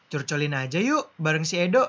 Curcolin aja yuk bareng si Edo.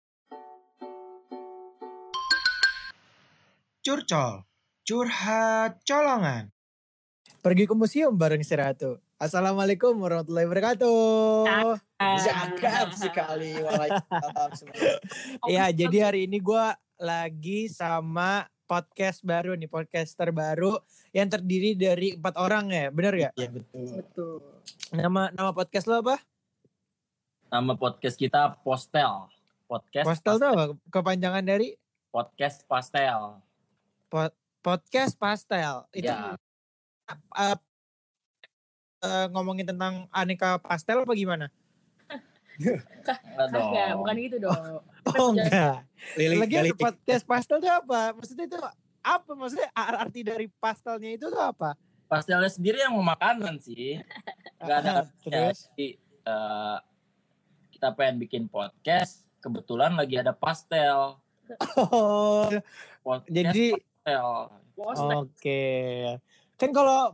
Curcol, curhat colongan. Pergi ke museum bareng si Ratu. Assalamualaikum warahmatullahi wabarakatuh. Cakep sekali. Waalaikumsalam semuanya. Ya, jadi hari ini gue lagi sama podcast baru nih, podcaster baru yang terdiri dari 4 orang ya, bener gak? Iya betul. Nama podcast lo apa? Nama podcast kita Postel. Postel tuh apa? Kepanjangan dari? Podcast Pastel. Podcast Pastel. Itu Ya. ngomongin tentang aneka pastel apa gimana? Enggak, bukan gitu dong. Oh enggak. Lagi Lilik. podcast pastel itu apa? Maksudnya itu apa? Maksudnya arti dari pastelnya itu tuh apa? Pastelnya sendiri yang mau makanan sih. Gak ada artinya. Terus? Jadi, kita pengen bikin podcast. Kebetulan lagi ada pastel. Oh, Podcast jadi pastel. oke. Kan kalau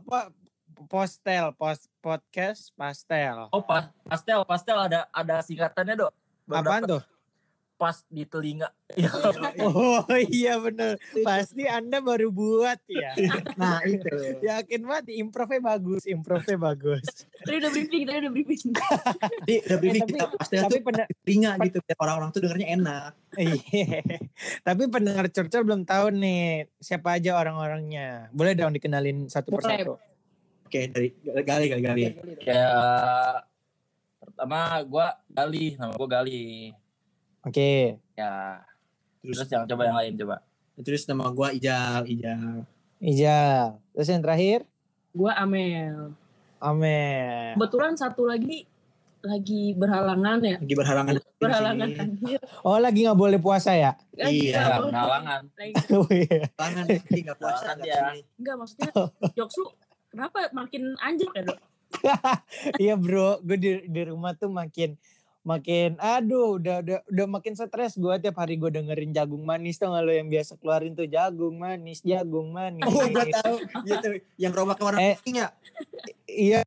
podcast pastel. Oh, pastel ada singkatannya, Dok. Apaan tuh? Pas di telinga. Oh iya bener. Pasti Anda baru buat ya. Nah itu. Yakin banget improvnya bagus. Tadi udah briefing. Jadi udah briefing kita pastel tapi tuh telinga gitu. Biar orang-orang tuh dengernya enak. Iya. Tapi pendengar Curcol belum tahu nih siapa aja orang-orangnya. Boleh dong dikenalin satu persatu. Oke dari Gali. Kayak pertama nama gue Gali. Oke. Ya. Terus Terus yang coba yang lain coba. terus nama gue Ijal. Ijal. Terus yang terakhir? Gua Amel. Amel. Kebetulan satu lagi berhalangan ya. Lagi berhalangan. Berhalangan Sini. anjir. Oh lagi gak boleh puasa ya? Iya, Halangan. Oh iya. Halangan nanti nggak puasa. Halangan dia. Enggak maksudnya Joksu kenapa makin anjlok ya, Dok? Iya bro, gue di rumah tuh makin aduh udah makin stres gue tiap hari gue dengerin jagung manis tau gak lo yang biasa keluarin tuh jagung manis. Oh gue tahu gitu yang gerobak warna pink ya. Iya.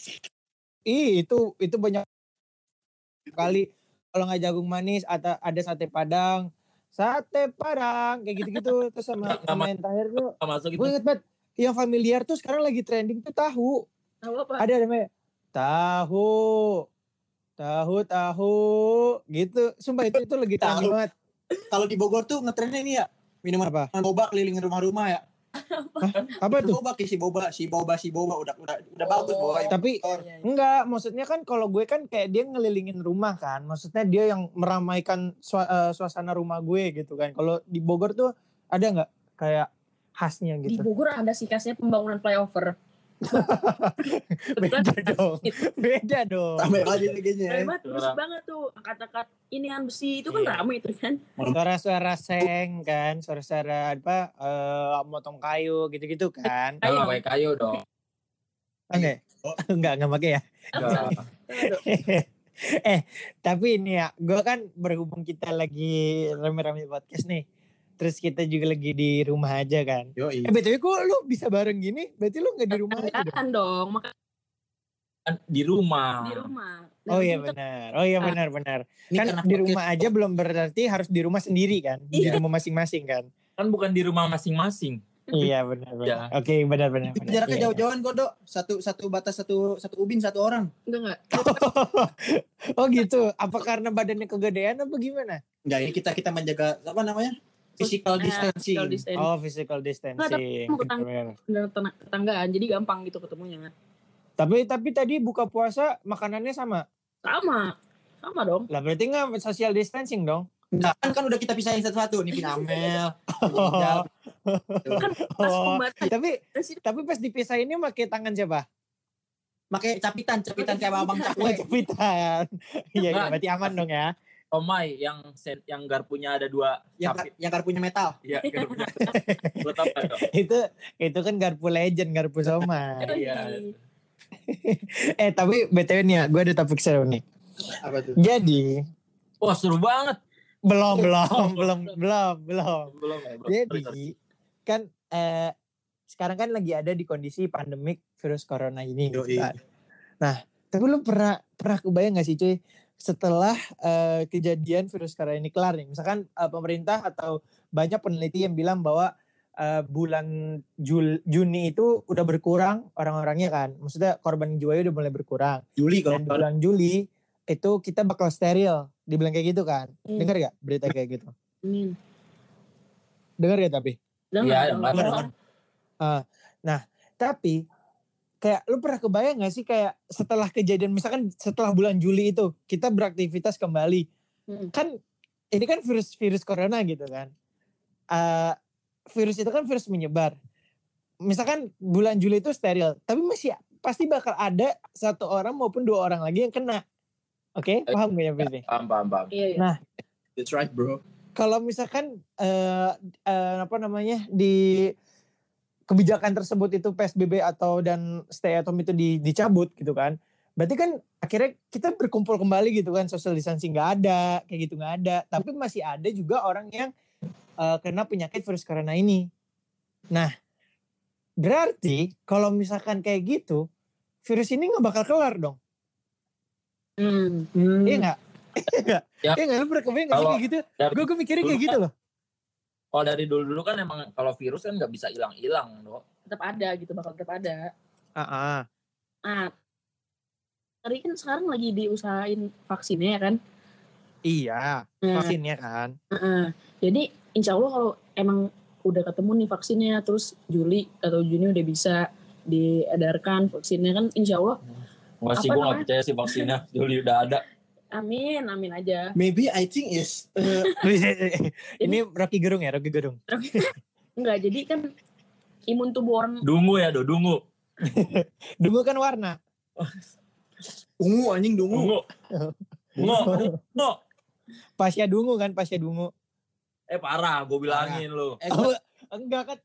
Itu banyak kali kalau nggak jagung manis ada sate padang kayak gitu terus sama yang terakhir tuh Masuk itu. gue inget banget yang familiar tuh sekarang lagi trending tuh tahu. Tahu apa? Ada namanya tahu gitu. Sumpah itu lagi trending Tahu. banget. Kalau di Bogor tuh ngetrennya ini ya minuman Apa? boba kelilingin rumah-rumah ya. Apa tuh? Boba si boba udah bagus boba. Tapi enggak, maksudnya kan kalau gue kan kayak dia ngelilingin rumah kan. Maksudnya dia yang meramaikan suasana rumah gue gitu kan. Kalau di Bogor tuh ada enggak kayak khasnya Di gitu? Bogor ada sih khasnya pembangunan flyover. Beda dong. Tambah aja kayaknya. Hebat, berisik banget tuh. Angkat-angkat inian besi itu kan Iya. rame itu kan. Suara-suara seng kan, suara-suara apa motong kayu gitu-gitu kan. Kalau pakai kayu dong. Oke. Enggak pakai ya. Tapi ini ya, gue kan berhubung kita lagi rame-rame podcast nih. Terus kita juga lagi di rumah aja kan. Yoi. BTW kok lu bisa bareng gini? Berarti lu gak di rumah aja dong? Kan dong, makanya Di rumah. di rumah. Oh iya benar. Ini Kan karena di podcast- rumah aja belum berarti harus di rumah sendiri kan? Di Iya. rumah masing-masing kan? Kan bukan di rumah masing-masing. Iya benar. Ya. Oke benar. Jaraknya Iya. jauh-jauhan kok Dok. Satu batas satu ubin satu orang. Enggak. Oh gitu. Apa karena badannya kegedean apa gimana? Enggak, ini kita menjaga apa namanya? Physical distancing. Physical distancing. Oh physical distancing. Bener. Tetanggaan, jadi gampang gitu ketemunya. Tapi tadi buka puasa makanannya sama? Sama dong. Lah berarti nggak social distancing dong? Enggak, kan udah kita pisahin satu-satu nih Pinamel. Kan pas Oh, pembatasan. tapi pas dipisahinnya pakai tangan siapa? Pakai capitan kayak abang Oh, cakwe. capitan. Iya, berarti aman dong ya. Omai yang garpunya ada 2 sapi. Yang karpunya metal. Iya, garpunya. Buat apa dong? itu kan garpu legend, garpu soma. Iya. Tapi BTW nih ya, gue ada topik seru nih. Apa tuh? Jadi, Wah, seru banget. belum. Belum ya, bro. Jadi, kan sekarang kan lagi ada di kondisi pandemik virus corona ini gitu Yoi. kan. Nah, tapi lu pernah kebayang gak sih cuy, setelah kejadian virus corona ini kelar nih. Misalkan pemerintah atau banyak peneliti yang bilang bahwa bulan Juni itu udah berkurang orang-orangnya kan. Maksudnya korban jiwanya udah mulai berkurang. Juli Dan di bulan Juli itu kita bakal steril. Dibilang kayak gitu kan. Dengar gak berita kayak gitu? Dengar gak tapi? Iya, dengar. Nah, tapi kayak lu pernah kebayang gak sih kayak setelah kejadian misalkan setelah bulan Juli itu kita beraktivitas kembali. Kan ini kan virus corona gitu kan. Virus itu kan virus menyebar. Misalkan bulan Juli itu steril, tapi masih pasti bakal ada satu orang maupun dua orang lagi yang kena. Oke, paham gak ya Fitri? Paham. Iya. Nah, That's right, bro. kalau misalkan di kebijakan tersebut itu PSBB atau dan stay at home itu dicabut gitu kan, berarti kan akhirnya kita berkumpul kembali gitu kan, social distancing nggak ada, kayak gitu nggak ada, tapi masih ada juga orang yang kena penyakit virus corona ini. Nah, berarti kalau misalkan kayak gitu, virus ini nggak bakal kelar dong. Iya nggak? Ya. Iya nggak? Lu pernah kebayang nggak sih kayak gitu? Gue mikirnya kayak gitu loh. Kalau dari dulu kan emang kalau virus kan nggak bisa hilang-hilang, Dok. Tetap ada gitu, bakal tetap ada. Nah, Tapi kan sekarang lagi diusahain vaksinnya ya kan. iya, vaksinnya kan. Jadi insya Allah kalau emang udah ketemu nih vaksinnya, terus Juli atau Juni udah bisa diedarkan vaksinnya kan, insya Allah. Nggak sih, gue nggak percaya sih vaksinnya. Juli udah ada. Amin aja. Maybe I think is Ini Rocky Gerung ya, Rocky Gerung. Enggak, jadi kan imun tubuh orang. Dungu ya, Dungu. Dungu kan warna. ungu anjing dungu. Dungu. Pasya Dungu kan, Pasya Dungu. Parah, gue bilangin lu. Enggak kan,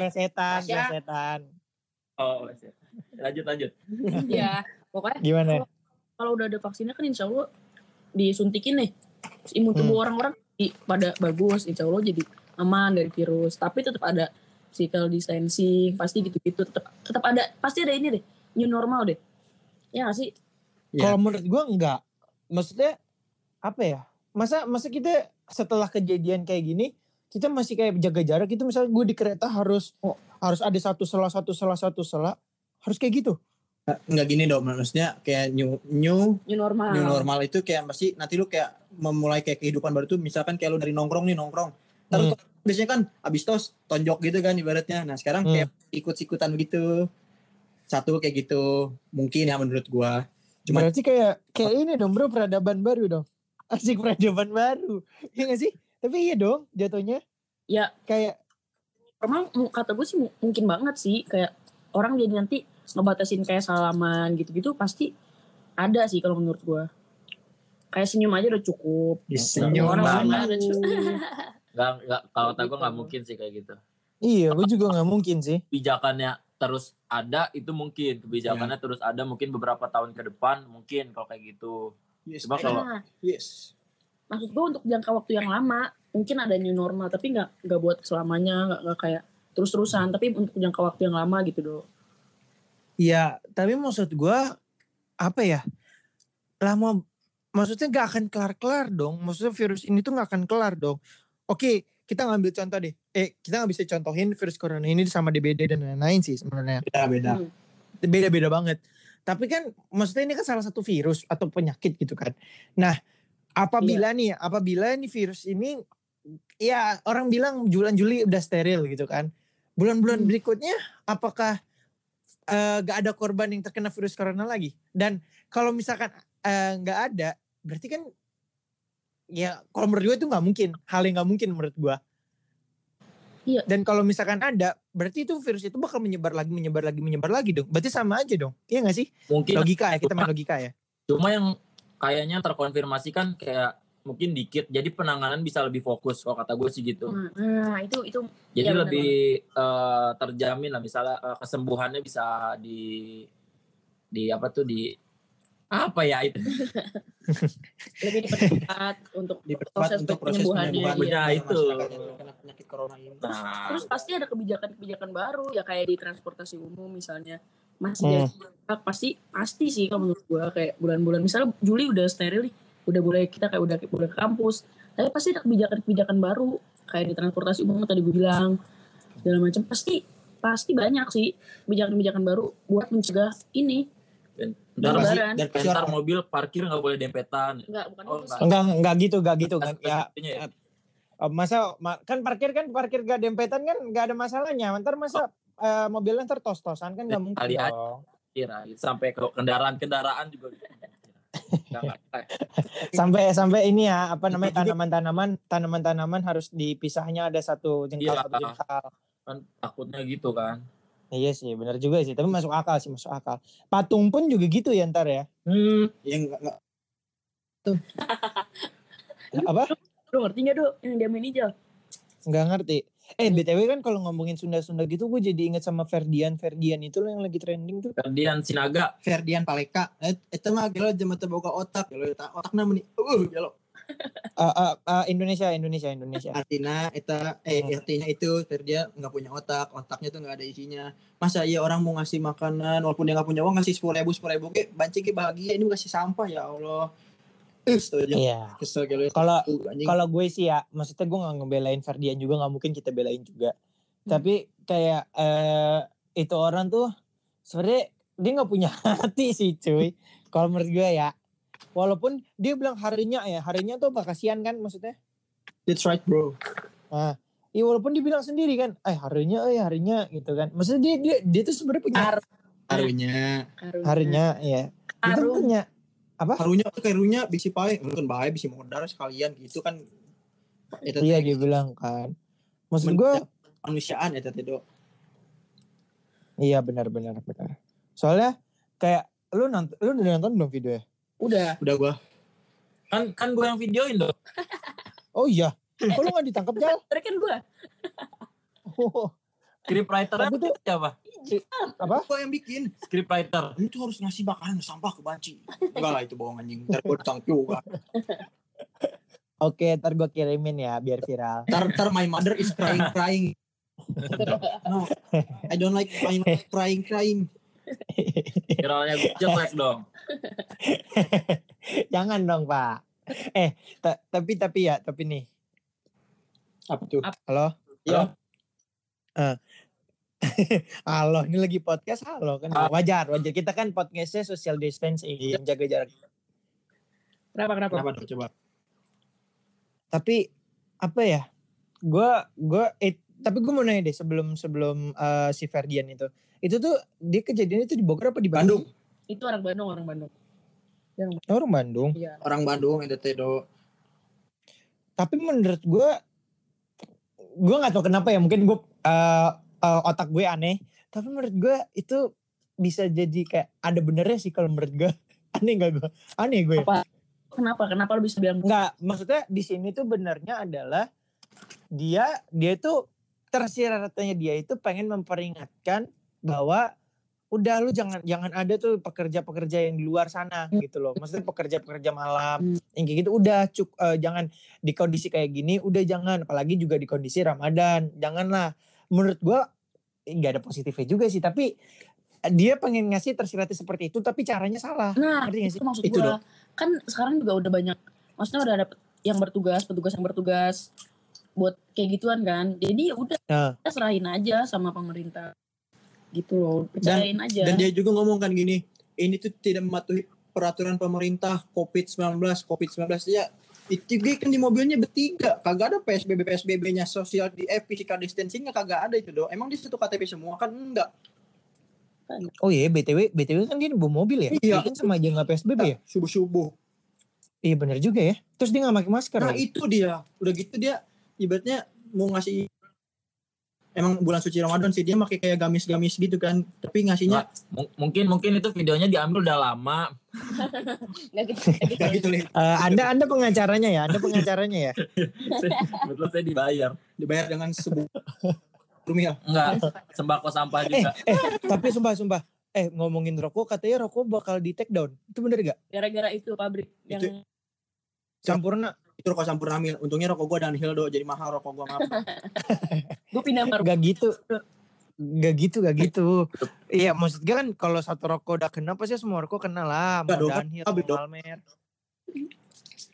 plesetan. Oh, lanjut. Ya, pokoknya gimana? Kalau udah ada vaksinnya kan insya Allah disuntikin nih imun tubuh orang-orang pada bagus, insya Allah jadi aman dari virus. Tapi tetap ada physical distancing, pasti gitu-gitu. Tetap ada, pasti ada ini deh, new normal deh. Ya gak sih? Kalau menurut gue enggak. Maksudnya apa ya? Masa kita setelah kejadian kayak gini, kita masih kayak jaga jarak gitu. Misalnya gue di kereta harus ada satu sela, harus kayak gitu. Enggak gini dong, maksudnya kayak new normal itu kayak pasti nanti lu kayak memulai kayak kehidupan baru tuh, misalkan kayak lu dari nongkrong. Terus biasanya kan abis tos tonjok gitu kan ibaratnya. Nah sekarang kayak ikut-ikutan gitu. Satu kayak gitu mungkin ya menurut gua. Berarti kayak ini dong bro, peradaban baru dong. Asik, peradaban baru. Iya gak sih? Tapi iya dong jatuhnya. Ya kayak emang kata gue sih mungkin banget sih, kayak orang jadi nanti ngebatasin kayak salaman gitu-gitu pasti ada sih kalau menurut gue. Kayak senyum aja udah cukup. Senyum orang banget. udah cukup. Nggak, kalau kata gue nggak mungkin sih kayak gitu. Iya, gue juga nggak mungkin sih. Kebijakannya terus ada itu mungkin, kebijakannya terus ada mungkin beberapa tahun ke depan mungkin kalau kayak gitu. Yes. Coba kalau maksud gue untuk jangka waktu yang lama mungkin ada new normal, tapi nggak buat selamanya, nggak kayak terus-terusan, tapi untuk jangka waktu yang lama gitu doh. Iya, tapi maksud gue apa ya? Lama, maksudnya gak akan kelar-kelar dong. Maksudnya virus ini tuh gak akan kelar dong. Oke, kita ngambil contoh deh. Kita gak bisa contohin virus corona ini sama DBD dan lain-lain sih sebenarnya. Beda. Beda-beda banget. Tapi kan maksudnya ini kan salah satu virus atau penyakit gitu kan. Nah, apabila nih virus ini, ya orang bilang bulan Juli udah steril gitu kan. Bulan-bulan berikutnya apakah gak ada korban yang terkena virus corona lagi? Dan kalau misalkan gak ada, berarti kan ya kalau menurut gue itu gak mungkin. Hal yang gak mungkin menurut gue. Iya. Dan kalau misalkan ada, berarti itu virus itu bakal menyebar lagi dong. Berarti sama aja dong. Iya gak sih? mungkin Logika ya, kita main logika ya. cuma yang kayaknya terkonfirmasi kan kayak mungkin dikit, jadi penanganan bisa lebih fokus kalau kata gue sih gitu. Nah itu Jadi ya, lebih terjamin lah, misalnya kesembuhannya bisa apa ya itu lebih dipercepat untuk proses penyembuhannya. Ya, itu. Penyakit corona ini. Terus pasti ada kebijakan baru ya, kayak di transportasi umum misalnya masih pasti sih kalau menurut gua, kayak bulan-bulan misalnya Juli udah steril nih, udah boleh kita kayak udah boleh ke kampus, tapi pasti ada kebijakan-kebijakan baru kayak di transportasi umum tadi gue bilang segala macam, pasti banyak sih kebijakan-kebijakan baru buat mencegah ini Dan dan ntar mobil parkir nggak boleh dempetan. bukan Oh, itu sih. Enggak gitu ya. Ya. Kan parkir gak dempetan kan gak ada masalahnya. Ntar masa mobilnya ntar tos-tosan kan gak mungkin Kali dong. Sampai ke kendaraan juga. sampai ini ya apa namanya tanaman-tanaman harus dipisahnya, ada satu jengkal satu jengkal. Kan takutnya gitu kan. Iya sih, benar juga sih. Tapi masuk akal. Patung pun juga gitu ya ntar ya. Yang enggak Apa? Lu ngerti gak Do yang dia main hijau? Nggak ngerti. BTW kan kalau ngomongin Sunda-Sunda gitu, gue jadi inget sama Ferdian itu loh yang lagi trending tuh. Ferdian Sinaga. Ferdian Paleka. Itu mah gelo jema teu boga otak. Gelo otakna meni. Gelo. Indonesia. Artinya itu Ferdian nggak punya otaknya tuh nggak ada isinya. Masa iya orang mau ngasih makanan walaupun dia nggak punya uang, ngasih 10.000 ke banci ke bahagia, ini ngasih sampah ya Allah. Iya. Kesel gitu. Kalau gue sih ya, maksudnya gue nggak ngebelain Ferdian juga, nggak mungkin kita belain juga. Tapi kayak itu orang tuh sebenarnya dia nggak punya hati sih cuy. Kalau menurut gue ya, walaupun dia bilang harinya tuh apa, kasihan kan maksudnya. That's right bro. Nah, iya walaupun dia bilang sendiri kan, harinya gitu kan. Maksudnya dia tuh sebenarnya punya harinya ya. Itu punya apa? Harunya bisi pae, mungkin bae bisi modal sekalian gitu kan. Iya dia bilang kan. Maksud gue manusiaan eta teh Do. Iya benar. Soalnya kayak lu udah nonton belum videonya? Udah gua. Kan gue yang videoin loh. Oh iya. Kok lu gak ditangkap Jal? Tadi kan gue. Oh. Scriptwriter-nya Tapi tuh siapa? apa? Gua yang bikin. Scriptwriter. Ini tuh harus ngasih makanan sampah ke banci. Enggak lah itu bohong anjing. Ntar gua ditangkap juga. Oke, ntar gue kirimin ya biar viral. Ntar my mother is crying. No, I don't like my mother crying. Viralnya gue jelek dong. Jangan dong Pak. Tapi nih. Apa tuh? Halo? Iya. Halo, ini lagi podcast halo kan. Wajar. Kita kan podcastnya social distancing, jaga jarak. Kenapa? Coba. Tapi apa ya? Tapi gue mau nanya deh sebelum si Ferdian itu tuh dia kejadian itu di Bogor apa di Bandung? Itu orang Bandung. Orang Bandung. Iya. Orang Bandung itu teh Do. Tapi menurut gue nggak tahu kenapa ya, mungkin gue otak gue aneh. Tapi menurut gue itu bisa jadi kayak ada benernya sih kalau menurut gue. Aneh gue. Apa? Kenapa lu bisa bilang? Enggak, maksudnya di sini tuh benernya adalah dia tuh tersiratnya dia itu pengen memperingatkan bahwa udah lu jangan ada tuh pekerja-pekerja yang di luar sana gitu loh. Maksudnya pekerja-pekerja malam yang kayak gitu udah jangan di kondisi kayak gini, udah jangan, apalagi juga di kondisi Ramadan. Janganlah. Menurut gua enggak ada positifnya juga sih, tapi dia pengen ngasih tersiratnya seperti itu tapi caranya salah. Nah, ngerti gak sih? itu maksud gue. Kan sekarang juga udah banyak, maksudnya udah ada yang petugas yang bertugas buat kayak gituan kan. Jadi udah kita serahin aja sama pemerintah. Gitu loh, percayain aja. Dan dia juga ngomong kan gini, ini tuh tidak mematuhi peraturan pemerintah COVID-19 ya. Itu kan di mobilnya bertiga, kagak ada PSBB-nya social physical distancing-nya kagak ada itu Do. Emang di situ KTP semua kan enggak. Oh iya, BTW kan dia bawa mobil ya? Iya. Dia kan sama aja gak PSBB ya? Subuh-subuh. Iya benar juga ya. Terus dia gak pakai masker. Nah itu dia, udah gitu dia ibaratnya mau ngasih, emang bulan suci Ramadan sih dia pakai kayak gamis-gamis gitu kan, tapi ngasihnya mungkin itu videonya diambil udah lama. Gak gitu nih. Anda pengacaranya ya? Betul, saya dibayar dengan sebuah rumil. Enggak, sembako sampah juga. Tapi sumpah. Ngomongin rokok, katanya rokok bakal di take down. Itu bener gak? Gara-gara itu pabrik Itu, yang Sampurna. Itu rokok Sampurna Mil. Untungnya rokok gue downhill Do, jadi mahal rokok gue, maaf. gue pindah baru. Gak gitu. Iya, maksudnya kan kalau satu rokok udah kena, pasti semua rokok kena lah. Mau downhill, mau Malmer.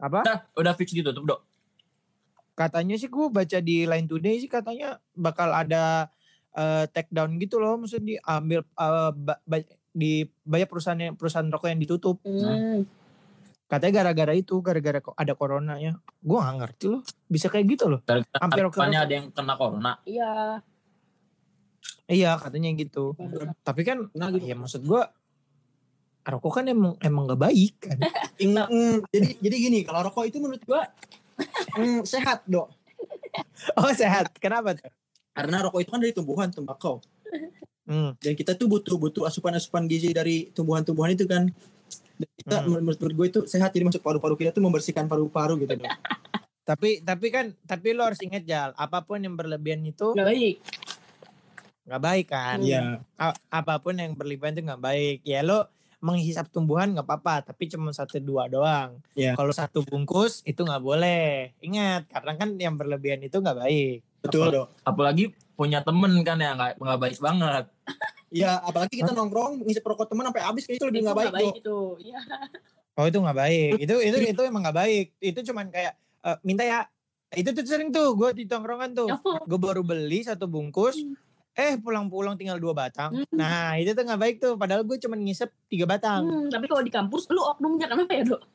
Apa? Udah fix ditutup, Dok. Katanya sih gue baca di Line Today sih katanya bakal ada take down gitu loh, maksudnya diambil di banyak perusahaan rokok yang ditutup. Katanya gara-gara ada coronanya. Gue gak ngerti loh, bisa kayak gitu loh. Hampir ada yang kena corona. Iya. Iya katanya gitu. Tapi kan, ya maksud gue rokok kan emang gak baik kan. Jadi gini, kalau rokok itu menurut gue sehat, Dok. Oh sehat, kenapa tuh? Karena rokok itu kan dari tumbuhan tembakau. Dan kita tuh butuh asupan-asupan gizi dari tumbuhan-tumbuhan itu kan. Dan kita menurut gue itu sehat, jadi masuk paru-paru kita tuh membersihkan paru-paru gitu, Dok. Tapi lo harus ingat Jal, apapun yang berlebihan itu nggak baik kan. Iya. Apapun yang berlebihan itu nggak baik. Ya lo menghisap tumbuhan nggak apa-apa, tapi cuma 1-2 doang. Iya. Kalau 1 bungkus itu nggak boleh. Ingat, karena kan yang berlebihan itu nggak baik. Betul, Dok. Apalagi punya temen kan yang nggak baik banget. Iya, apalagi kita nongkrong ngisep rokok teman sampai habis, kayak itu lebih nggak baik, Dok. Itu. Ya. Oh itu nggak baik. Itu emang nggak baik. Itu cuman kayak minta ya. Itu tuh sering tuh gue di tongkrongan tuh. Gue baru beli 1 bungkus. Pulang-pulang tinggal 2 batang. Nah itu tuh gak baik tuh. Padahal gue cuma ngisep 3 batang. Tapi kalau di kampus lu oknumnya kenapa ya, Dok?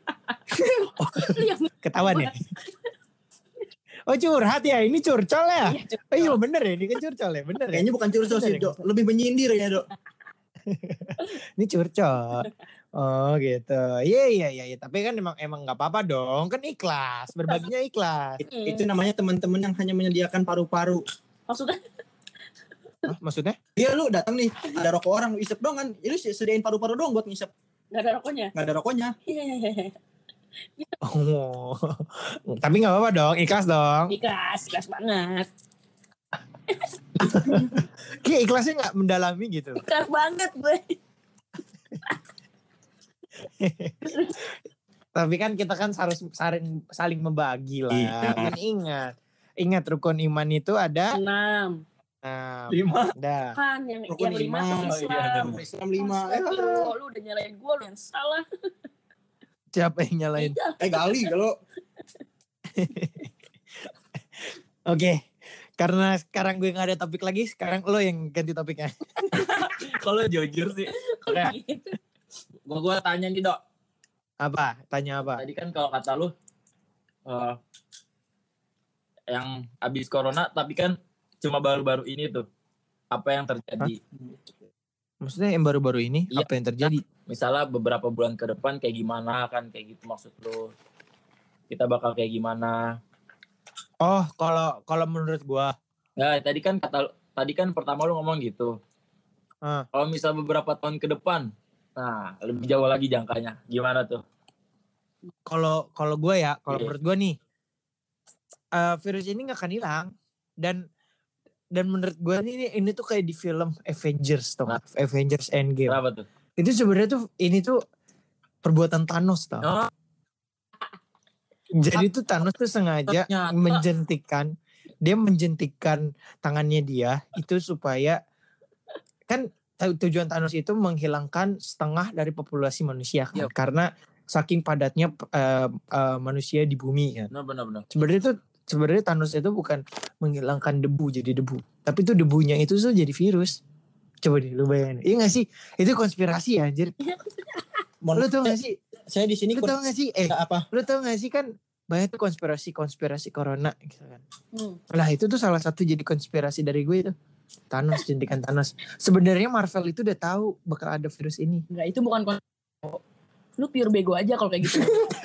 Ketahuan ya? Oh curhat ya? Ini curcol ya? Iya bener ya? Ini kan curcol ya? Bener ya? Kayaknya bukan curcol sih, Dok. Lebih menyindir ya, Dok. Ini curcol. Oh gitu. Iya. Tapi kan emang gak apa-apa dong. Kan ikhlas. Berbaginya ikhlas. Itu namanya teman-teman yang hanya menyediakan paru-paru. Maksudnya? Maksudnya? Iya, lu datang nih, ada rokok orang, lu isep dong kan. Lu sediain paru-paru dong buat ngisep. Gak ada rokoknya? Gak ada rokoknya. Oh. Tapi gak apa-apa dong. Ikhlas dong. Ikhlas banget. Kayak ikhlasnya gak mendalami gitu. Ikhlas banget gue. Tapi kan kita kan harus saling membagi lah. Kan ingat rukun iman itu ada 6. 5. Dah. Kan yang 5 Islam 5. Lu udah nyalain gue, lu yang salah. Siapa yang nyalain? Gali kalau. Oke. Karena sekarang gue gak ada topik lagi, sekarang lo yang ganti topiknya. Kalau jujur sih. Gue tanya nih, Dok. Apa? Tanya apa? Tadi kan kalau kata lu yang habis corona, tapi kan cuma baru-baru ini tuh. Apa yang terjadi? Maksudnya yang baru-baru ini? Iya. Apa yang terjadi? Misalnya beberapa bulan ke depan kayak gimana kan, kayak gitu maksud lu. Kita bakal kayak gimana? Oh, kalau menurut gua. Ya, tadi kan pertama lu ngomong gitu. Kalau misal beberapa tahun ke depan, nah lebih jauh lagi jangkanya. Gimana tuh? Kalau gua ya, menurut gua nih, virus ini nggak akan hilang. Dan menurut gue ini tuh kayak di film Avengers tuh, Avengers Endgame. Kenapa tuh? Itu sebenarnya tuh ini tuh perbuatan Thanos tau. Oh. Jadi tuh Thanos tuh sengaja menjentikan tangannya dia itu supaya kan tujuan Thanos itu menghilangkan setengah dari populasi manusia kan. Karena saking padatnya manusia di bumi kan. Benar. Sebenarnya Thanos itu bukan menghilangkan debu jadi debu. Tapi tuh debunya itu tuh jadi virus. Coba deh lu bayangin. Iya gak sih? Itu konspirasi ya anjir. Lu tau gak sih? Saya di sini lu tau gak sih? Apa? Lu tau gak sih kan banyak tuh konspirasi corona gitu kan. Lah itu tuh salah satu jadi konspirasi dari gue itu. Thanos, jentikan Thanos. Sebenarnya Marvel itu udah tahu bakal ada virus ini. Enggak, itu bukan lu pure bego aja kalau kayak gitu.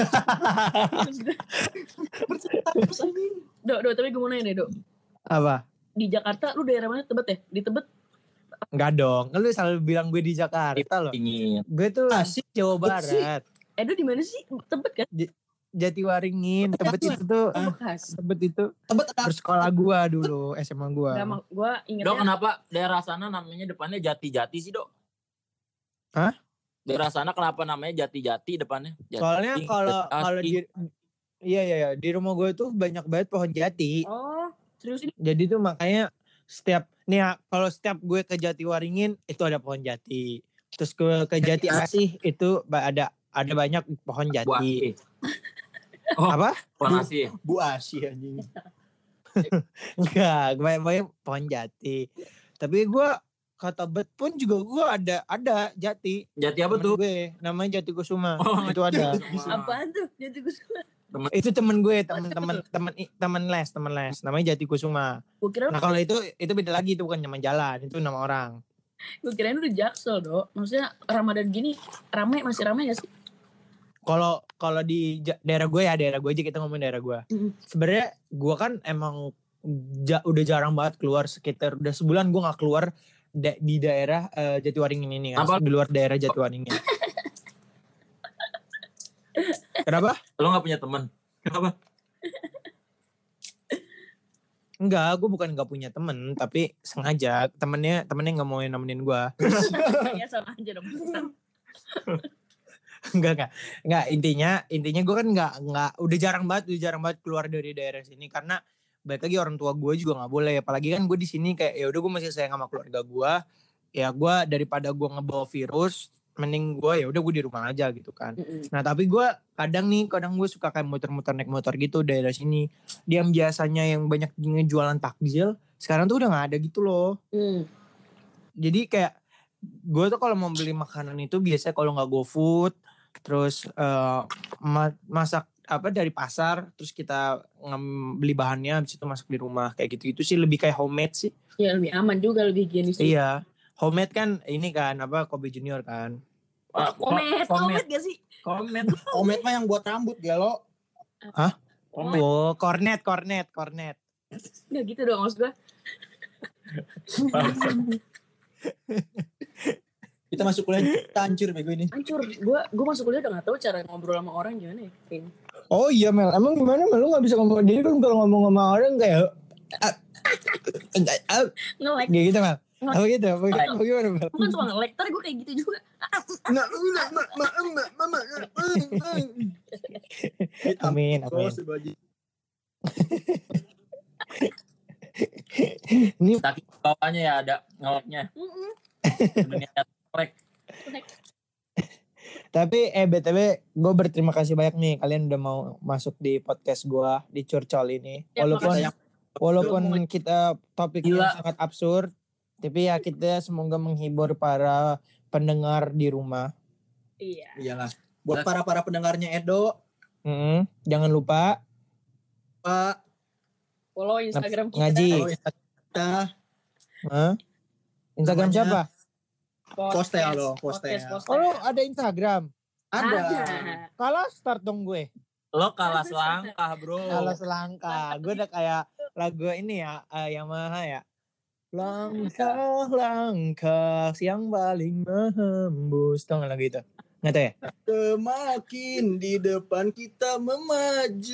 Dok, tapi gue mau nanya deh, Dok. Apa? Di Jakarta lu daerah mana? Tebet ya? Di Tebet? Enggak dong. Kan lu selalu bilang gue di Jakarta loh. Ingin. Gue tuh Jawa Barat. Edo di mana sih? Tebet kan? Jatiwaringin. Tebet itu tuh. Tebet itu. Bersekolah gua dulu, SMA gua. Enggak, gua ingetnya. Dok, kenapa daerah sana namanya depannya Jati-Jati sih, Dok? Hah? Daerah sana kenapa namanya Jati-Jati depannya? Jati. Soalnya kalau di iya di rumah gue tuh banyak banget pohon jati. Oh, serius ini? Jadi tuh makanya setiap gue ke Jatiwaringin itu ada pohon jati. Terus gue ke Jati Asih itu ada banyak pohon jati. Apa? Pohon Asi. Bu Asi anjing. Enggak, banyak pohon jati. Tapi gue kata bet pun juga gue ada jati. Jati apa Temen tuh? Gue namanya Jati Kusuma. Oh, itu ada. Apaan tuh? Jadi gue Itu temen gue, temen les. Namanya Jati Kusuma. kira Nah kalau itu beda lagi, itu bukan nama jalan, itu nama orang. gue kirain udah Jaksel, Dok. Maksudnya Ramadan gini masih ramai gak sih? Kalau di daerah gue aja kita ngomongin daerah gue. Sebenarnya gue kan emang udah jarang banget keluar, sekitar udah sebulan gue nggak keluar di daerah Jatiwaringin ini kan. Di luar daerah Jatiwaringin. Kenapa? Lo nggak punya teman? Kenapa? Enggak, gue bukan nggak punya temen, tapi sengaja temennya nggak mau nemenin gue. Ya sama aja dong. Enggak. Intinya gue kan nggak udah jarang banget keluar dari daerah sini karena balik lagi orang tua gue juga nggak boleh. Apalagi kan gue di sini kayak ya udah gue masih sayang sama keluarga gue. Ya gue daripada gue ngebawa virus, mending gue ya udah gue di rumah aja gitu kan. Nah tapi gue kadang gue suka kayak muter-muter naik motor gitu daerah sini. Dia yang biasanya yang banyak ngejualan takjil, sekarang tuh udah nggak ada gitu loh. Jadi kayak gue tuh kalau mau beli makanan itu biasanya kalau nggak GoFood, terus masak apa dari pasar, terus kita beli bahannya, habis itu masak di rumah kayak gitu sih, lebih kayak homemade sih. Ya lebih aman juga, lebih higienis. Iya, homemade kan ini kan apa Kobe Junior kan. Komet gak sih? Komet mah yang buat rambut Galo. Hah? Oh, kornet. Nggak gitu dong maksud gue. Kita masuk kuliah kita hancur bego ini. Hancur. Gue masuk kuliah udah gak tahu cara ngobrol sama orang gimana ya. Kayaknya. Oh iya Mel, emang gimana Mel? Lu gak bisa ngomong. Jadi kan kalau ngomong sama orang kayak nge-lag. kayak gitu Mel. Apa gitu? Apa gimana Mel? Bukan suka nge-lag, ntar gue kayak gitu juga. Amin. Ini Tapi bawahnya ya ada nge-lagnya. Tapi BTW gue berterima kasih banyak nih kalian udah mau masuk di podcast gue di Curcol ini. Walaupun kita topiknya sangat absurd, tapi ya kita semoga menghibur para pendengar di rumah. Iya. Iyalah. Buat para pendengarnya Edo, jangan lupa follow Instagram kita. Ngaji. follow Instagram kita. Instagram Namanya siapa? Postel loh, Postel. Oh lu ada Instagram? Ada. Kalah start dong gue. Lo kalah selangkah bro. Kalah selangkah. Gue udah kayak lagu ini ya, Yamaha ya. Langkah yang paling menembus. Tau gak lagu itu? Nggak tahu ya? Semakin di depan kita memaju.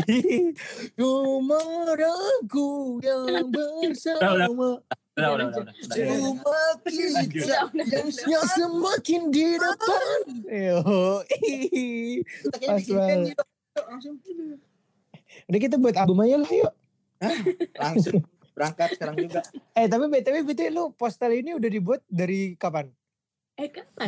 Nomor aku yang bersama. Udah. Cuma kita Yang semakin di depan. Pas banget. Udah kita buat album aja lah yuk. Langsung berangkat sekarang juga. Tapi BTW lu Postel ini udah dibuat dari kapan? Kapan?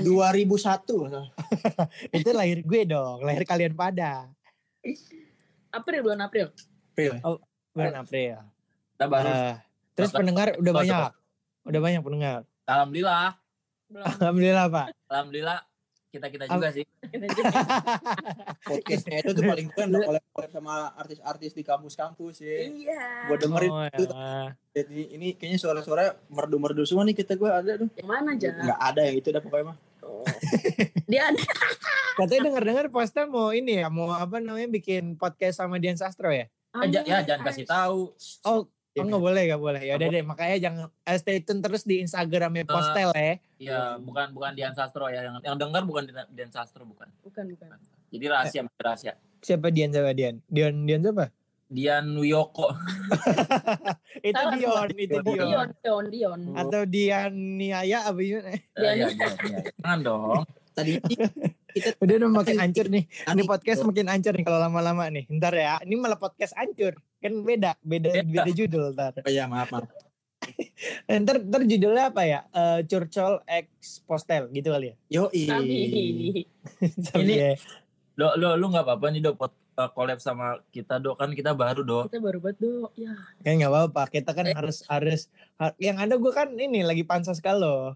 2001. Itu lahir gue dong, lahir kalian pada. Bulan April. Bulan April. Kita baru. Terus pendengar udah banyak pendengar. Alhamdulillah. Alhamdulillah Pak. Alhamdulillah kita juga sih. Podcastnya itu tuh paling keren dong collab sama artis-artis di kampus-kampus ya. Iya. Gue dengerin itu. Ya. Jadi ini kayaknya suara-suara merdu-merdu semua nih kita gue ada tuh. Yang mana aja? Nggak ada yang itu dah pokoknya mah. Dia ada. Katanya dengar Postel mau ini ya, mau apa namanya bikin podcast sama Dian Sastro ya? Jangan kasih tahu. Oh nggak boleh. Ya udah deh, makanya jangan stay tune terus di Instagramnya Postel ya. Iya, bukan Dian Sastro ya. Yang dengar bukan Dian Sastro bukan. Bukan. Jadi rahasia. Siapa Dian siapa? Dian siapa? Dian Wiyoko. Itu Dion. Atau Dian Niaya apa gimana? Iya. Jangan dong. Tadi kita Udah makin hancur nih. Ini podcast makin hancur nih kalau lama-lama nih. Ntar ya, ini malah podcast hancur. Kan beda judul ntar. oh iya maaf. Ntar judulnya apa ya? Curcol X Postel gitu kali ya. Yoi. Sabi. Ini Lu nggak apa-apa nih collab sama kita Dok, kan kita baru Dok. Kita baru banget Dok. Ya. Kan nggak apa-apa, kita kan harus yang ada gue kan ini lagi pansos kalau.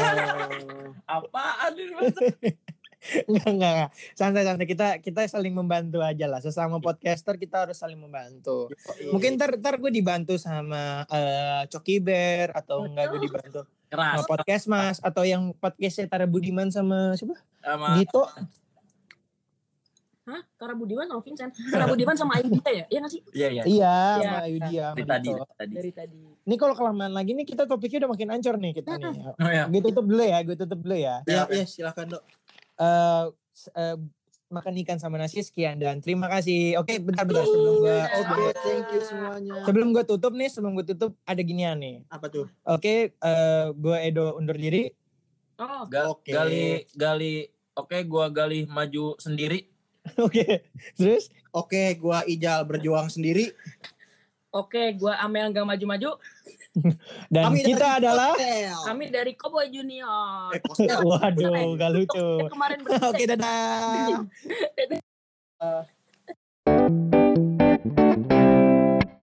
Apaan ini? Enggak. Santai-santai, kita saling membantu aja lah. Sesama podcaster kita harus saling membantu. Mungkin ntar gue dibantu sama Coki Bear atau enggak gue dibantu sama podcast Mas atau yang podcastnya Tara Budiman sama siapa? Sama Gitu. Hah? Tara Budiman sama Vincent? Tara Budiman sama Ayudita ya? Iya gak sih? Iya. Iya, sama Yudia. Dari tadi. Ini kalau kelamaan lagi nih kita topiknya udah makin ancur nih kita nih. Oh, ya. Gue tutup dulu ya. Iya, silakan Dok. Makan ikan sama nasi sekian dan terima kasih. Oke, bentar sebelum gue Thank you semuanya. sebelum gue tutup ada ginian nih. Apa tuh? Oke, gue Edo undur diri. Oh, Gali. Oke, gua Gali maju sendiri. Oke. Terus? Oke, gua Ijal berjuang sendiri. Oke, gua Amel gak maju-maju. Dan kami kita adalah kami dari Cowboy Junior. Waduh, gak lucu. Kemarin Oke, dadah.